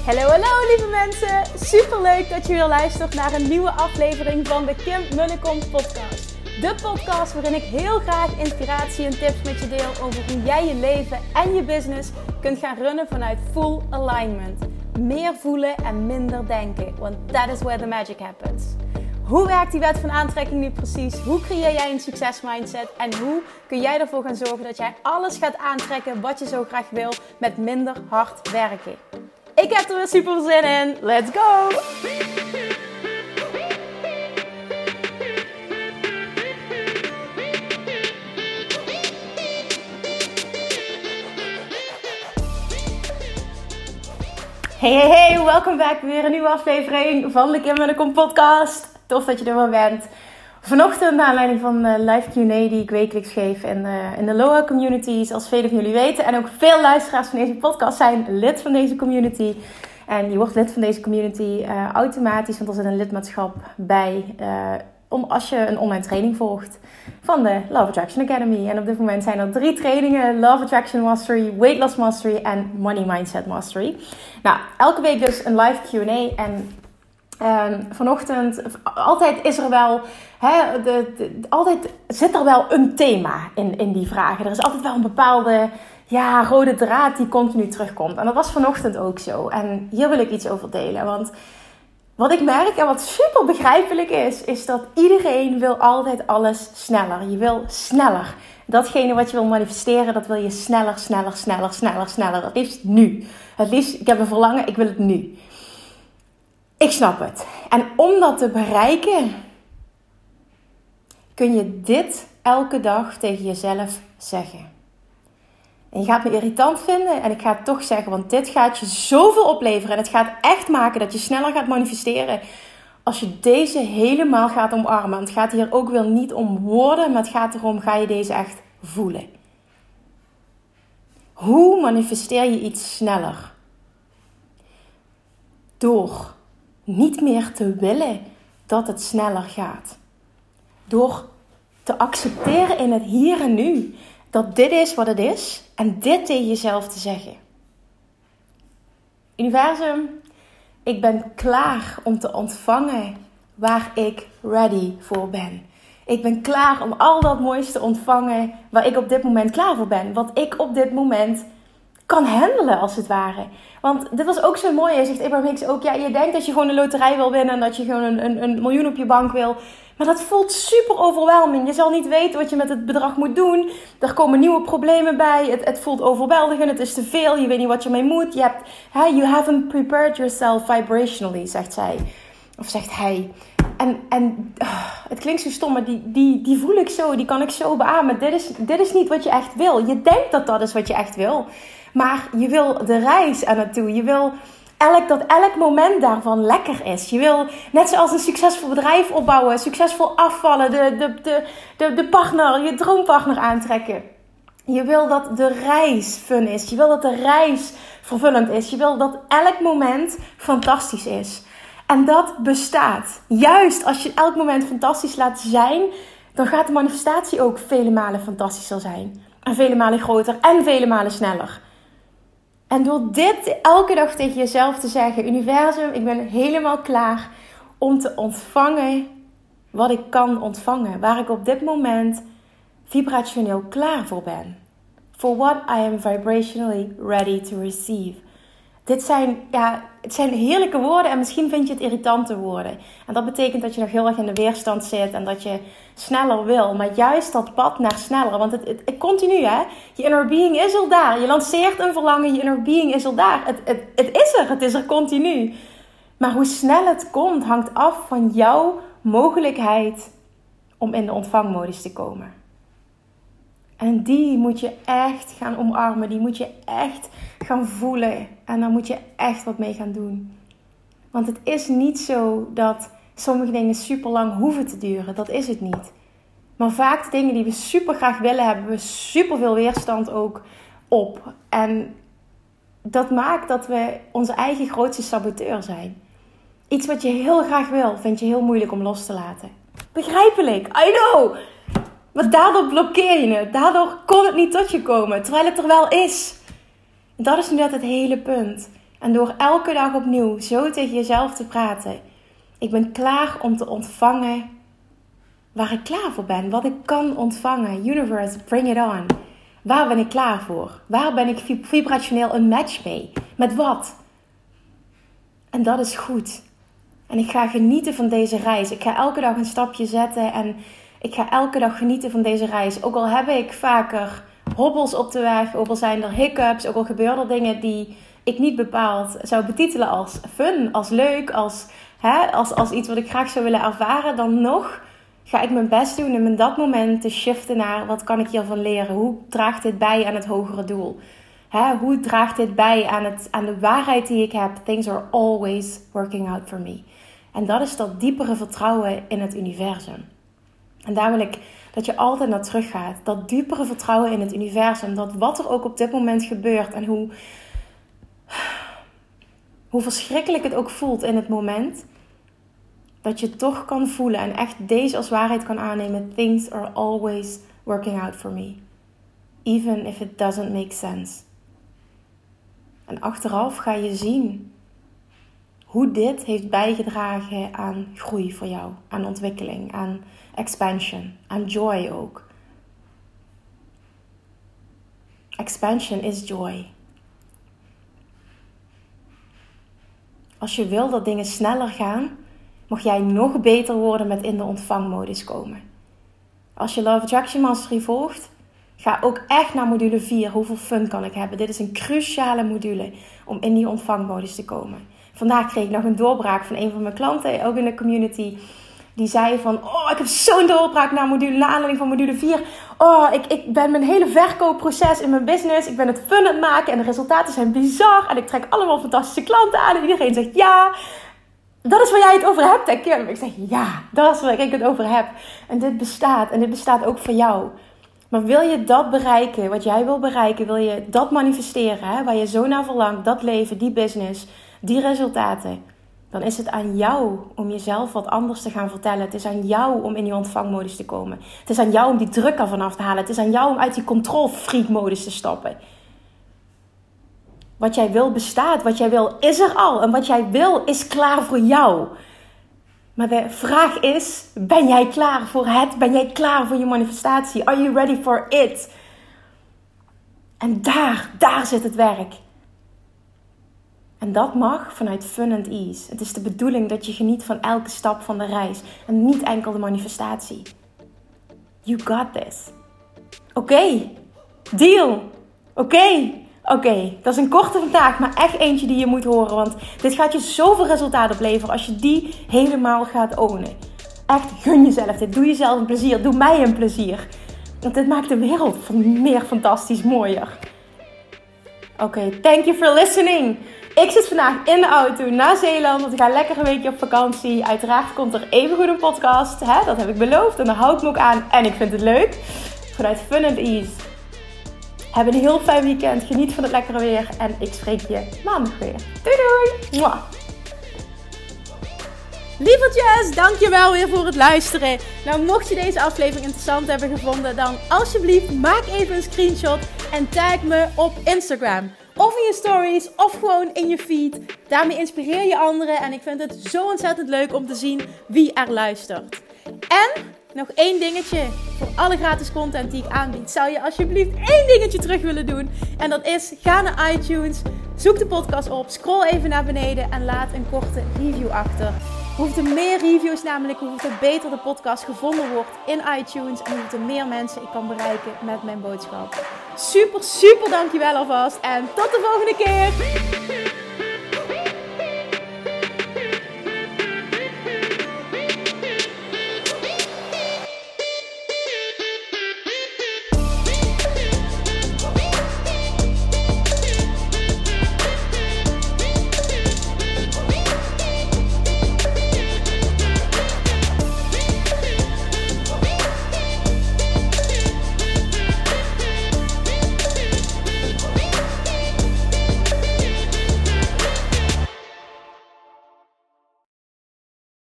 Hallo lieve mensen, superleuk dat je weer luistert naar een nieuwe aflevering van de Kim Munnekom podcast. De podcast waarin ik heel graag inspiratie en tips met je deel over hoe jij je leven en je business kunt gaan runnen vanuit full alignment. Meer voelen en minder denken, want that is where the magic happens. Hoe werkt die wet van aantrekking nu precies? Hoe creëer jij een succesmindset? En hoe kun jij ervoor gaan zorgen dat jij alles gaat aantrekken wat je zo graag wil met minder hard werken? Ik heb er weer super zin in. Let's go! Hey, welkom back. Weer een nieuwe aflevering van de Kim Munnekom podcast. Tof dat je er wel bent. Vanochtend, naar aanleiding van de live Q&A die ik wekelijks geef in de LOA community, zoals velen van jullie weten. En ook veel luisteraars van deze podcast zijn lid van deze community. En je wordt lid van deze community automatisch, want er zit een lidmaatschap bij. Als je een online training volgt van de Love Attraction Academy. En op dit moment zijn er 3 trainingen. Love Attraction Mastery, Weight Loss Mastery en Money Mindset Mastery. Nou, elke week dus een live Q&A. En vanochtend, altijd is er wel, altijd zit er wel een thema in die vragen. Er is altijd wel een bepaalde rode draad die continu terugkomt. En dat was vanochtend ook zo. En hier wil ik iets over delen. Want wat ik merk en wat super begrijpelijk is dat iedereen wil altijd alles sneller. Je wil sneller. Datgene wat je wil manifesteren, dat wil je sneller. Het liefst nu. Het liefst, ik heb een verlangen, ik wil het nu. Ik snap het. En om dat te bereiken, kun je dit elke dag tegen jezelf zeggen. En je gaat me irritant vinden en ik ga het toch zeggen, want dit gaat je zoveel opleveren. En het gaat echt maken dat je sneller gaat manifesteren als je deze helemaal gaat omarmen. Het gaat hier ook weer niet om woorden, maar het gaat erom, ga je deze echt voelen. Hoe manifesteer je iets sneller? Door niet meer te willen dat het sneller gaat. Door te accepteren in het hier en nu dat dit is wat het is en dit tegen jezelf te zeggen. Universum, ik ben klaar om te ontvangen waar ik ready voor ben. Ik ben klaar om al dat moois te ontvangen waar ik op dit moment klaar voor ben. Wat ik op dit moment kan handelen als het ware. Want dit was ook zo mooi. Hij zegt Abraham Hicks ook, je denkt dat je gewoon een loterij wil winnen en dat je gewoon een miljoen op je bank wil. Maar dat voelt super overweldigend. Je zal niet weten wat je met het bedrag moet doen. Er komen nieuwe problemen bij. Het voelt overweldigend. Het is te veel. Je weet niet wat je mee moet. You haven't prepared yourself vibrationally, zegt zij. Of zegt hij. En het klinkt zo stom, maar die voel ik zo. Die kan ik zo beamen. Dit is niet wat je echt wil. Je denkt dat dat is wat je echt wil. Maar je wil de reis er naartoe. Je wil dat elk moment daarvan lekker is. Je wil, net zoals een succesvol bedrijf opbouwen, succesvol afvallen, de partner, je droompartner aantrekken. Je wil dat de reis fun is. Je wil dat de reis vervullend is. Je wil dat elk moment fantastisch is. En dat bestaat. Juist als je elk moment fantastisch laat zijn, dan gaat de manifestatie ook vele malen fantastischer zijn. En vele malen groter en vele malen sneller. En door dit elke dag tegen jezelf te zeggen, universum, ik ben helemaal klaar om te ontvangen wat ik kan ontvangen. Waar ik op dit moment vibrationeel klaar voor ben. For what I am vibrationally ready to receive. Het zijn heerlijke woorden en misschien vind je het irritante woorden. En dat betekent dat je nog heel erg in de weerstand zit en dat je sneller wil. Maar juist dat pad naar sneller, want het continu hè. Je inner being is al daar. Je lanceert een verlangen, je inner being is al daar. Het is er continu. Maar hoe snel het komt hangt af van jouw mogelijkheid om in de ontvangmodus te komen. En die moet je echt gaan omarmen. Die moet je echt gaan voelen. En daar moet je echt wat mee gaan doen. Want het is niet zo dat sommige dingen super lang hoeven te duren. Dat is het niet. Maar vaak de dingen die we super graag willen, hebben we super veel weerstand ook op. En dat maakt dat we onze eigen grootste saboteur zijn. Iets wat je heel graag wil, vind je heel moeilijk om los te laten. Begrijpelijk, I know. Maar daardoor blokkeer je het. Daardoor kon het niet tot je komen. Terwijl het er wel is. Dat is nu net het hele punt. En door elke dag opnieuw zo tegen jezelf te praten. Ik ben klaar om te ontvangen waar ik klaar voor ben. Wat ik kan ontvangen. Universe, bring it on. Waar ben ik klaar voor? Waar ben ik vibrationeel een match mee? Met wat? En dat is goed. En ik ga genieten van deze reis. Ik ga elke dag een stapje zetten. En ik ga elke dag genieten van deze reis. Ook al heb ik vaker hobbels op de weg. Ook al zijn er hiccups. Ook al gebeuren er dingen die ik niet bepaald zou betitelen als fun. Als leuk. Als iets wat ik graag zou willen ervaren. Dan nog ga ik mijn best doen om in dat moment te shiften naar wat kan ik hiervan leren? Hoe draagt dit bij aan het hogere doel? Hoe draagt dit bij aan de waarheid die ik heb? Things are always working out for me. En dat is dat diepere vertrouwen in het universum. En daar wil ik dat je altijd naar terug gaat. Dat diepere vertrouwen in het universum. Dat wat er ook op dit moment gebeurt. En hoe verschrikkelijk het ook voelt in het moment. Dat je toch kan voelen en echt deze als waarheid kan aannemen. Things are always working out for me. Even if it doesn't make sense. En achteraf ga je zien hoe dit heeft bijgedragen aan groei voor jou. Aan ontwikkeling, aan expansion, aan joy ook. Expansion is joy. Als je wil dat dingen sneller gaan, mag jij nog beter worden met in de ontvangmodus komen. Als je Love Attraction Mastery volgt, ga ook echt naar module 4. Hoeveel fun kan ik hebben? Dit is een cruciale module om in die ontvangmodus te komen. Vandaag kreeg ik nog een doorbraak van een van mijn klanten, ook in de community. Die zei van, ik heb zo'n doorbraak naar aanleiding van module 4. Ik ben mijn hele verkoopproces in mijn business. Ik ben het fun aan het maken en de resultaten zijn bizar. En ik trek allemaal fantastische klanten aan. En iedereen zegt, ja, dat is waar jij het over hebt, hè Kim? Ik zeg, ja, dat is waar ik het over heb. En dit bestaat. En dit bestaat ook voor jou. Maar wil je dat bereiken, wat jij wil bereiken, wil je dat manifesteren, hè, waar je zo naar verlangt, dat leven, die business, die resultaten, dan is het aan jou om jezelf wat anders te gaan vertellen. Het is aan jou om in die ontvangmodus te komen. Het is aan jou om die druk ervan af te halen. Het is aan jou om uit die control-freak-modus te stappen. Wat jij wil bestaat. Wat jij wil is er al. En wat jij wil is klaar voor jou. Maar de vraag is, ben jij klaar voor het? Ben jij klaar voor je manifestatie? Are you ready for it? En daar zit het werk. En dat mag vanuit fun and ease. Het is de bedoeling dat je geniet van elke stap van de reis. En niet enkel de manifestatie. You got this. Oké. Deal. Oké, dat is een korte vandaag, maar echt eentje die je moet horen. Want dit gaat je zoveel resultaat opleveren als je die helemaal gaat ownen. Echt, gun jezelf dit. Doe jezelf een plezier. Doe mij een plezier. Want dit maakt de wereld meer fantastisch mooier. Oké, thank you for listening. Ik zit vandaag in de auto naar Zeeland, want ik ga lekker een weekje op vakantie. Uiteraard komt er even goed een podcast. Dat heb ik beloofd en daar hou ik me ook aan. En ik vind het leuk. Vanuit Fun and Ease. Heb een heel fijn weekend. Geniet van het lekkere weer. En ik spreek je maandag weer. Doei doei! Mwah. Lievertjes, dankjewel weer voor het luisteren. Nou, mocht je deze aflevering interessant hebben gevonden, dan alsjeblieft maak even een screenshot en tag me op Instagram. Of in je stories, of gewoon in je feed. Daarmee inspireer je anderen en ik vind het zo ontzettend leuk om te zien wie er luistert. En nog één dingetje. Voor alle gratis content die ik aanbied, zou je alsjeblieft één dingetje terug willen doen. En dat is, ga naar iTunes, zoek de podcast op, scroll even naar beneden en laat een korte review achter. Hoeveel meer reviews namelijk, hoeveel beter de podcast gevonden wordt in iTunes. En hoeveel meer mensen ik kan bereiken met mijn boodschap. Super dankjewel alvast. En tot de volgende keer.